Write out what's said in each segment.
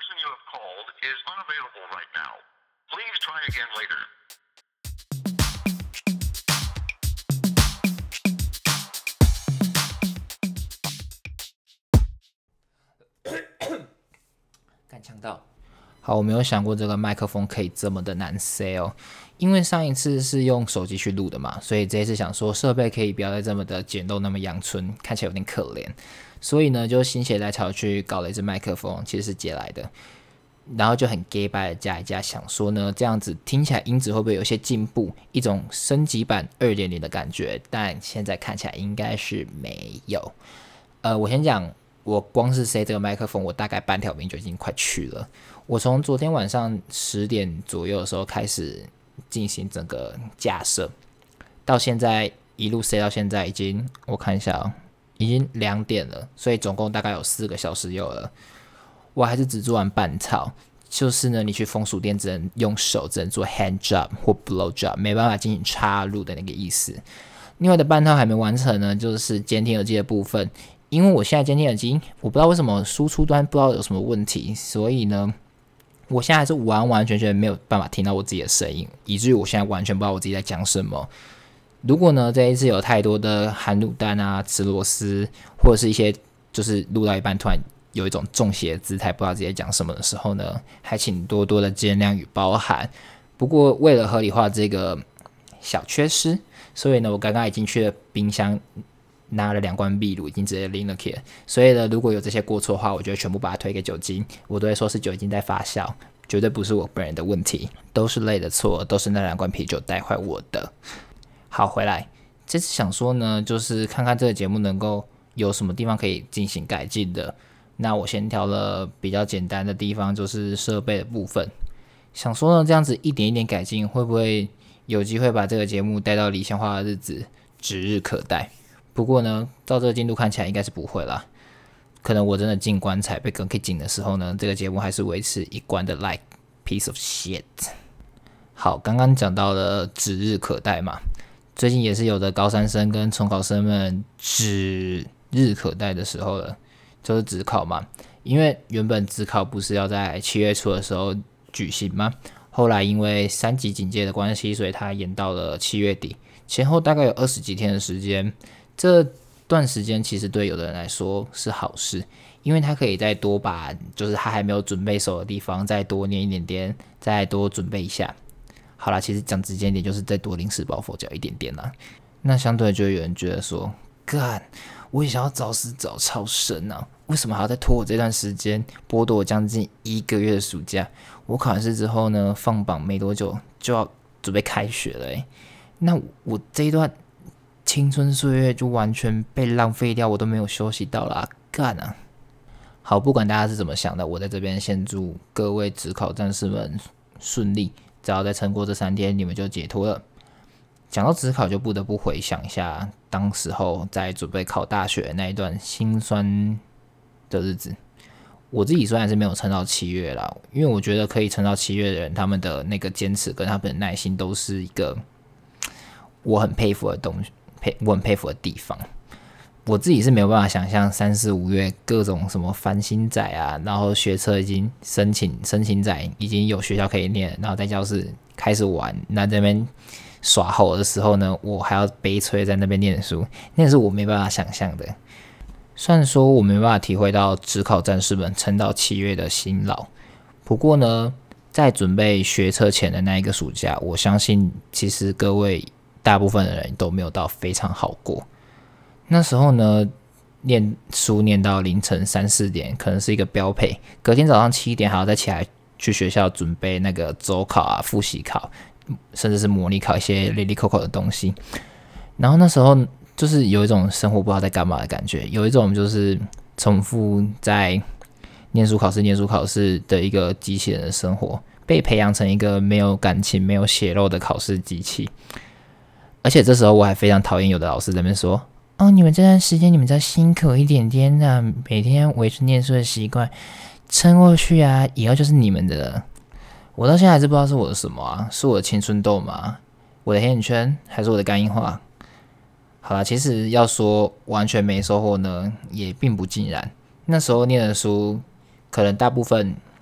person you have called is unavailable right now. Please try again later. 干呛到。好，我没有想过这个麦克风可以这么的难塞哦，因为上一次是用手机去录的嘛，所以这一次想说设备可以不要再这么的简陋，那么阳春，看起来有点可怜，所以呢就心血来潮去搞了一支麦克风，其实是借来的，然后就很 gay 掰的加一加，想说呢这样子听起来音质会不会有些进步，一种升级版 2.0 的感觉，但现在看起来应该是没有。我先讲，我光是塞这个麦克风，我大概半条命就已经快去了。我从昨天晚上10点左右的时候开始进行整个架设，到现在一路塞到现在已经，我看一下哦，已经2点了，所以总共大概有4个小时有了。我还是只做完半套，就是呢，你去风俗店只能用手，只能做 hand job 或 blow job， 没办法进行插入的那个意思。另外的半套还没完成呢，就是监听耳机的部分。因为我现在监听耳机，我不知道为什么输出端不知道有什么问题，所以呢，我现在还是完完全全没有办法听到我自己的声音，以至于我现在完全不知道我自己在讲什么。如果呢这一次有太多的含卤蛋啊、吃螺丝，或者是一些就是录到一半突然有一种中邪的姿态，不知道自己在讲什么的时候呢，还请多多的见谅与包涵。不过为了合理化这个小缺失，所以呢，我刚刚已经去了冰箱拿了2罐秘鲁，已经直接拎了起来。所以呢，如果有这些过错的话，我就会全部把它推给酒精，我都会说是酒精在发酵，绝对不是我本人的问题，都是累的错，都是那2罐啤酒带坏我的。好，回来，这次想说呢，就是看看这个节目能够有什么地方可以进行改进的。那我先挑了比较简单的地方，就是设备的部分。想说呢，这样子一点一点改进，会不会有机会把这个节目带到理想化的日子，指日可待。不过呢，照这个进度看起来应该是不会啦。可能我真的进棺材被梗可以进的时候呢，这个节目还是维持一贯的 like piece of shit。好，刚刚讲到了指日可待嘛，最近也是有的高三生跟重考生们指日可待的时候了，就是指考嘛。因为原本指考不是要在7月初的时候举行吗？后来因为3级警戒的关系，所以它延到了7月底，前后大概有20几天的时间。这段时间其实对有的人来说是好事，因为他可以再多把就是他还没有准备熟的地方再多念一点点，再多准备一下。好啦，其实讲直接一点就是再多临时抱佛脚一点点啦。那相对就会有人觉得说，干，我也想要早死早超生啊，为什么还要再拖我这段时间，剥夺我将近1个月的暑假？我考完试之后呢，放榜没多久就要准备开学了那我这一段青春岁月就完全被浪费掉，我都没有休息到啦，干啊！好，不管大家是怎么想的，我在这边先祝各位指考战士们顺利，只要再撑过这3天，你们就解脱了。讲到指考，就不得不回想一下当时候在准备考大学那一段辛酸的日子。我自己虽然是没有撑到7月啦，因为我觉得可以撑到7月的人，他们的那个坚持跟他们的耐心都是一个我很佩服的东西。我很佩服的地方，我自己是没有办法想象3、4、5月各种什么繁星仔啊，然后学测已经申请仔已经有学校可以念，然后在教室开始玩，那这边耍猴的时候呢，我还要悲催在那边念书，那是我没办法想象的。虽然说我没办法体会到指考战士们撑到7月的辛劳，不过呢，在准备学测前的那一个暑假，我相信其实各位大部分的人都没有到非常好过。那时候呢，念书念到凌晨3、4点，可能是一个标配。隔天早上7点还要再起来去学校准备那个周考啊、复习考，甚至是模拟考一些哩哩扣扣的东西。然后那时候就是有一种生活不知道在干嘛的感觉，有一种就是重复在念书考试的一个机器人的生活，被培养成一个没有感情、没有血肉的考试机器。而且这时候我还非常讨厌有的老师在那边说，哦，你们这段时间你们再辛苦一点点啊，每天维持念书的习惯，撑过去啊，以后就是你们的了。我到现在还是不知道是我的什么啊，是我的青春痘吗？我的黑眼圈，还是我的肝硬化？好啦，其实要说完全没收获呢，也并不尽然。那时候念的书，可能大部分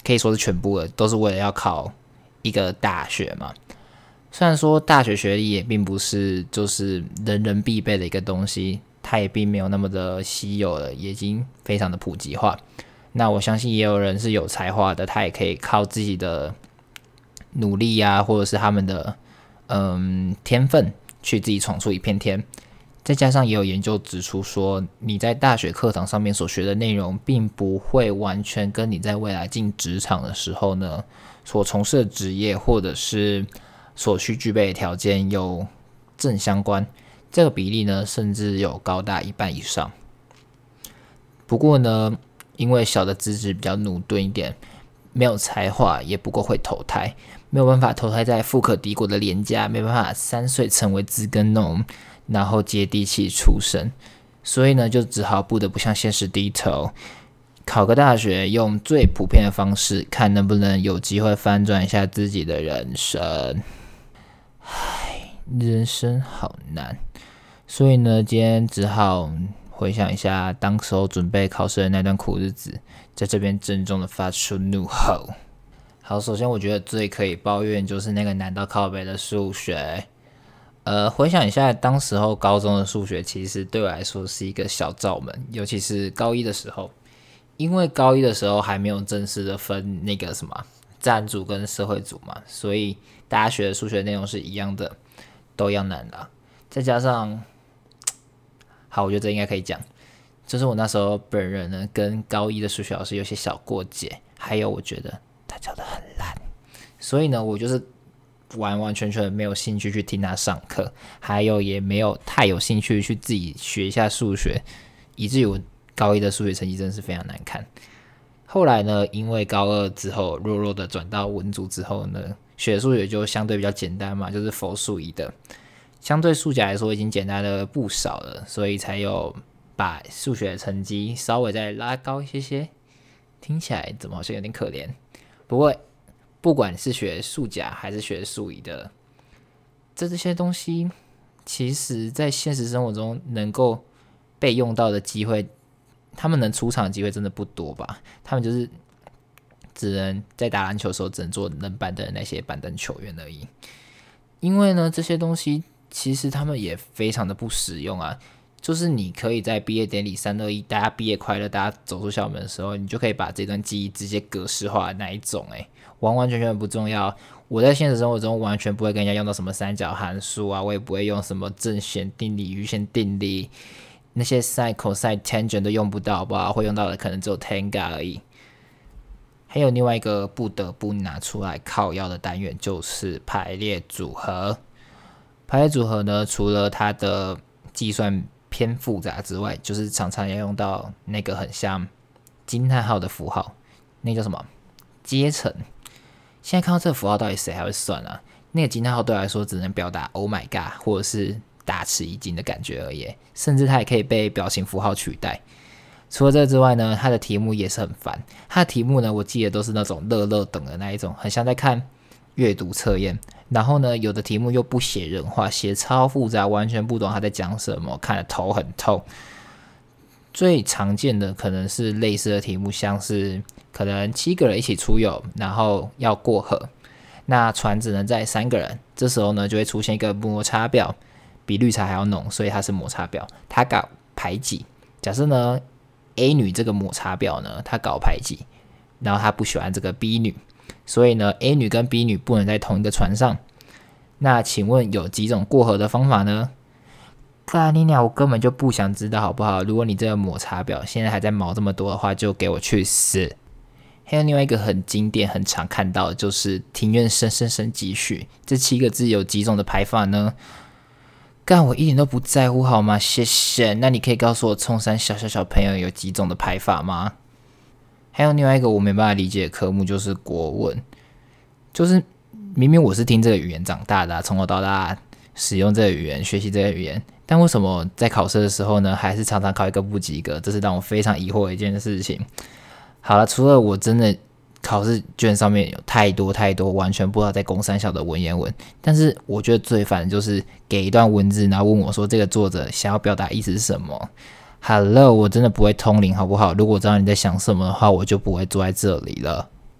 可以说是全部的，都是为了要考一个大学嘛。虽然说大学学历也并不是就是人人必备的一个东西，它也并没有那么的稀有了，也已经非常的普及化。那我相信也有人是有才华的，他也可以靠自己的努力啊，或者是他们的天分去自己闯出一片天。再加上也有研究指出说，你在大学课堂上面所学的内容，并不会完全跟你在未来进职场的时候呢，所从事的职业或者是所需具备的条件有正相关。这个比例呢，甚至有高达一半以上。不过呢，因为小的资质比较驽钝一点，没有才华，也不够会投胎，没有办法投胎在富可敌国的廉价，没办法3岁成为资耕农，然后接地气出身，所以呢，就只好不得不向现实低头，考个大学，用最普遍的方式，看能不能有机会翻转一下自己的人生。唉，人生好难，所以呢，今天只好回想一下当时候准备考试的那段苦日子，在这边郑重的发出怒吼。好，首先我觉得最可以抱怨就是那个难到靠北的数学。回想一下，当时候高中的数学其实对我来说是一个小罩门，尤其是高一的时候，因为高一的时候还没有正式的分那个什么自然组跟社会组嘛，所以大家学的数学内容是一样的，都一样难啦。再加上，好，我觉得这应该可以讲，就是我那时候本人呢跟高一的数学老师有些小过节，还有我觉得他教的很烂，所以呢，我就是完完全全没有兴趣去听他上课，还有也没有太有兴趣去自己学一下数学，以至于我高一的数学成绩真的是非常难看。后来呢，因为高二之后弱弱的转到文组之后呢，学数学就相对比较简单嘛，就是佛数一的，相对数甲来说已经简单了不少了，所以才有把数学的成绩稍微再拉高一些。听起来怎么好像有点可怜？不过不管是学数甲还是学数乙的，这些东西其实在现实生活中能够被用到的机会，他们能出场的机会真的不多吧？他们就是只能在打篮球的时候只能做冷板凳的那些板凳球员而已。因为呢，这些东西其实他们也非常的不实用啊。就是你可以在毕业典礼321，大家毕业快乐，大家走出校门的时候，你就可以把这段记忆直接格式化的那一种，完完全全不重要。我在现实生活中完全不会跟人家用到什么三角函数啊，我也不会用什么正弦定理、余弦定理，那些 sin、cosine、tangent 都用不到，好不好？会用到的可能只有 tangent 而已。还有另外一个不得不拿出来靠腰的单元，就是排列组合。排列组合呢，除了它的计算偏复杂之外，就是常常要用到那个很像惊叹号的符号，那叫什么阶乘。现在看到这个符号，到底谁还会算啊？那个惊叹号对我来说只能表达 Oh my God 或者是大吃一惊的感觉而已，甚至它也可以被表情符号取代。除了这之外呢，它的题目也是很烦。它的题目呢，我记得都是那种乐乐等的那一种，很像在看阅读测验。然后呢，有的题目又不写人话，写超复杂，完全不懂他在讲什么，看得头很痛。最常见的可能是类似的题目，像是可能7个人一起出游，然后要过河，那船只能载3个人，这时候呢就会出现一个摩擦表，比绿茶还要浓，所以它是摩擦表，它搞排挤。假设呢 A 女这个摩擦表呢，她搞排挤，然后她不喜欢这个 B 女。所以呢 A 女跟 B 女不能在同一个船上。那请问有几种过河的方法呢？干你娘，我根本就不想知道好不好？如果你这个抹茶表现在还在毛这么多的话，就给我去死。还有另外一个很经典很常看到的就是庭院深深深几许，这7个字有几种的排法呢？干，我一点都不在乎好吗？谢谢。那你可以告诉我冲山小朋友有几种的排法吗？还有另外一个我没办法理解的科目就是国文，就是明明我是听这个语言长大的，从小到大使用这个语言，学习这个语言，但为什么在考试的时候呢，还是常常考一个不及格？这是让我非常疑惑的一件事情。好了，除了我真的考试卷上面有太多完全不知道在攻三小的文言文，但是我觉得最烦的就是给一段文字，然后问我说这个作者想要表达意思是什么。Hello， 我真的不会通灵好不好？如果知道你在想什么的话，我就不会坐在这里了。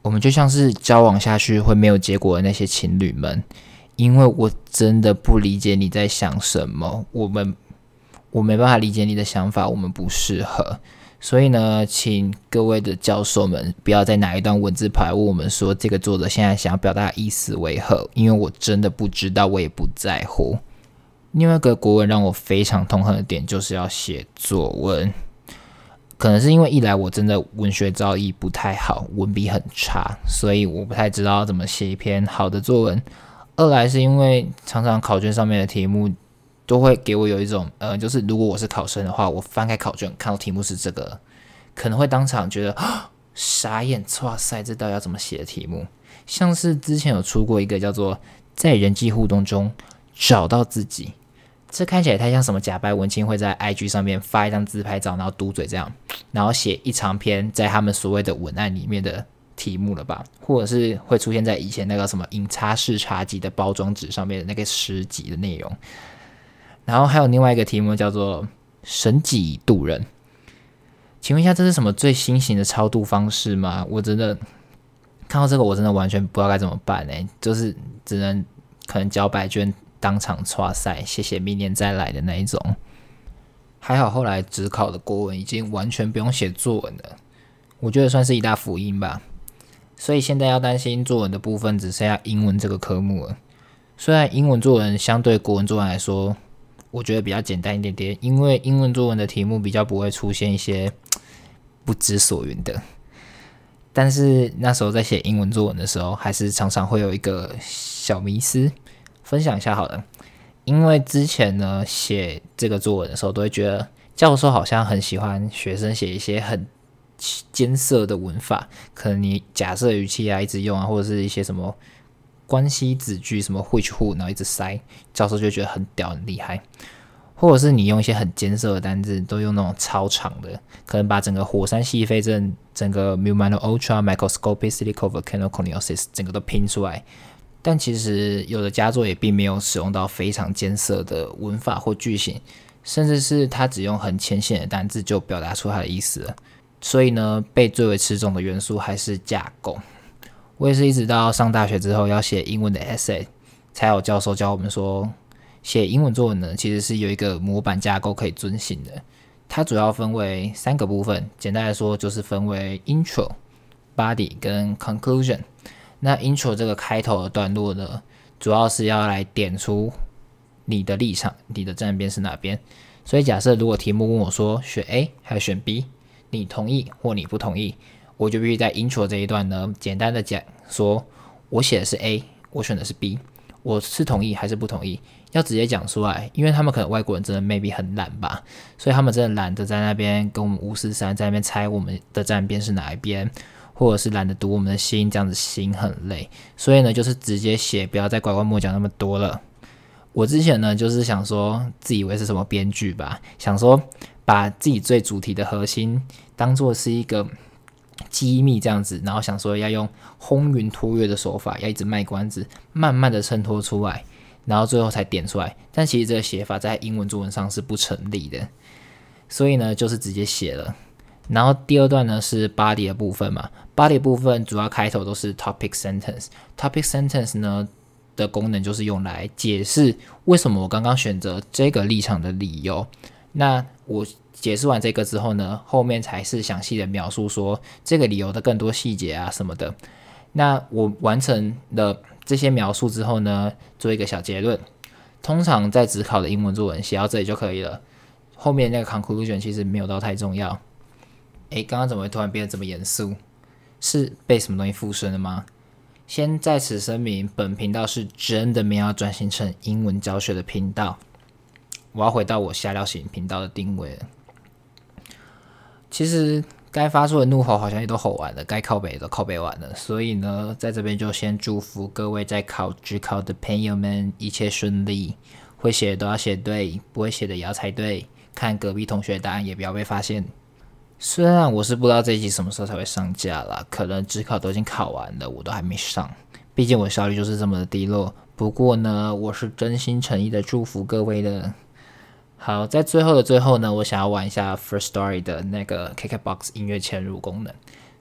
我们就像是交往下去会没有结果的那些情侣们，因为我真的不理解你在想什么，我没办法理解你的想法，我们不适合。所以呢，请各位的教授们不要再拿一段文字跑来问我们说这个作者现在想要表达的意思为何，因为我真的不知道，我也不在乎。另外一个国文让我非常痛恨的点就是要写作文，可能是因为一来我真的文学造诣不太好，文笔很差，所以我不太知道怎么写一篇好的作文。二来是因为常常考卷上面的题目都会给我有一种就是如果我是考生的话，我翻开考卷看到题目是这个，可能会当场觉得傻眼，哇塞，这到底要怎么写的题目？像是之前有出过一个叫做在人际互动中找到自己，这看起来太像什么假白文青会在 IG 上面发一张自拍照，然后嘟嘴这样，然后写一长篇在他们所谓的文案里面的题目了吧？或者是会出现在以前那个什么饮茶式茶几的包装纸上面的那个诗集的内容。然后还有另外一个题目叫做神己度人，请问一下，这是什么最新型的超度方式吗？我真的看到这个，我真的完全不知道该怎么办就是只能可能交白卷当场刷赛，谢谢明年再来的那一种。还好后来指考的国文已经完全不用写作文了，我觉得算是一大福音吧。所以现在要担心作文的部分只剩下英文这个科目了。虽然英文作文相对国文作文来说我觉得比较简单一点点，因为英文作文的题目比较不会出现一些不知所云的，但是那时候在写英文作文的时候还是常常会有一个小迷思，分享一下好了。因为之前呢写这个作文的时候都会觉得教授好像很喜欢学生写一些很艰涩的文法，可能你假设语气啊一直用啊，或者是一些什么关系子句什么 which who 然后一直塞，教授就觉得很屌很厉害。或者是你用一些很艰涩的单字都用那种超长的，可能把整个火山细肺症整个 Multnomah Ultra Microscopic Silico Volcanoconiosis 整个都拼出来，但其实有的佳作也并没有使用到非常艰涩的文法或句型，甚至是他只用很浅显的单字就表达出他的意思了。所以呢，被最为吃重的元素还是架构。我也是一直到上大学之后要写英文的 essay， 才有教授教我们说，写英文作文呢其实是有一个模板架构可以遵循的。它主要分为3个部分，简单来说就是分为 intro、body 跟 conclusion。那 intro 这个开头的段落呢，主要是要来点出你的立场，你的站边是哪边。所以假设如果题目问我说选 A 还是选 B， 你同意或你不同意，我就必须在 intro 这一段呢，简单的讲说我写的是 A， 我选的是 B， 我是同意还是不同意，要直接讲出来。因为他们可能外国人真的 maybe 很懒吧，所以他们真的懒得在那边跟我们543在那边猜我们的站边是哪一边，或者是懒得读我们的心，这样子心很累。所以呢就是直接写，不要再拐弯抹角那么多了。我之前呢就是想说自以为是什么编剧吧，想说把自己最主题的核心当作是一个机密这样子，然后想说要用轰云托月的手法，要一直卖关子，慢慢的衬托出来，然后最后才点出来。但其实这个写法在英文作文上是不成立的，所以呢就是直接写了。然后第二段呢是 body 的部分嘛， body 的部分主要开头都是 topic sentence。 topic sentence 呢的功能就是用来解释为什么我刚刚选择这个立场的理由。那我解释完这个之后呢，后面才是详细的描述说这个理由的更多细节啊什么的。那我完成了这些描述之后呢，做一个小结论。通常在指考的英文作文写到这里就可以了，后面那个 conclusion 其实没有到太重要。刚刚怎么会突然变得这么严肃？是被什么东西附身了吗？先在此声明，本频道是真的没有要转型成英文教学的频道，我要回到我瞎聊型频道的定位了。其实该发出的怒吼好像也都吼完了，该靠北也都靠北完了，所以呢在这边就先祝福各位在指考的朋友们一切顺利，会写的都要写对，不会写的也要猜对，看隔壁同学的答案也不要被发现。虽然我是不知道这一集什么时候才会上架啦，可能指考都已经考完了，我都还没上，毕竟我效率就是这么的低落。不过呢，我是真心诚意的祝福各位的。好，在最后的最后呢，我想要玩一下 First Story 的那个 KKBOX 音乐嵌入功能。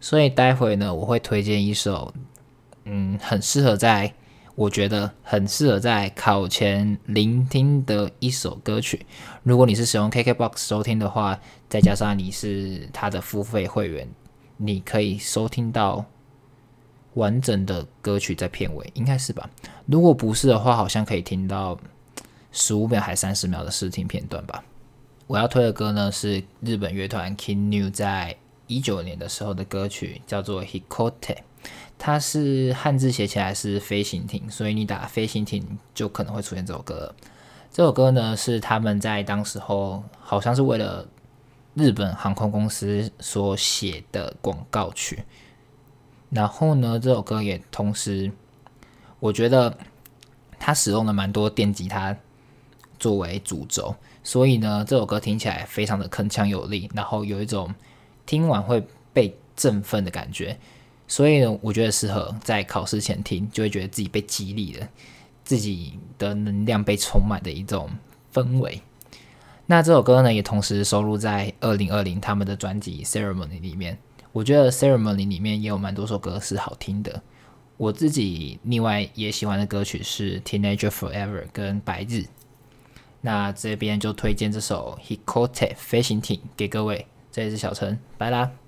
所以待会呢，我会推荐一首，我觉得很适合在考前聆听的一首歌曲。如果你是使用 KKBOX 收听的话，再加上你是他的付费会员，你可以收听到完整的歌曲在片尾，应该是吧？如果不是的话，好像可以听到15秒还30秒的试听片段吧。我要推的歌呢是日本乐团 King Gnu 在19年的时候的歌曲，叫做 Hikote。它是汉字写起来是飞行艇，所以你打飞行艇就可能会出现这首歌了。这首歌呢是他们在当时候好像是为了日本航空公司所写的广告曲。然后呢，这首歌也同时，我觉得它使用了蛮多电吉他作为主轴，所以呢，这首歌听起来非常的铿锵有力，然后有一种听完会被振奋的感觉。所以呢，我觉得适合在考试前听，就会觉得自己被激励了，自己的能量被充满的一种氛围。那这首歌呢，也同时收录在2020他们的专辑 Ceremony 里面。我觉得 Ceremony 里面也有蛮多首歌是好听的。我自己另外也喜欢的歌曲是 Teenager Forever 跟白日。那这边就推荐这首 Hikote 飞行艇给各位。这里是小陈，拜啦。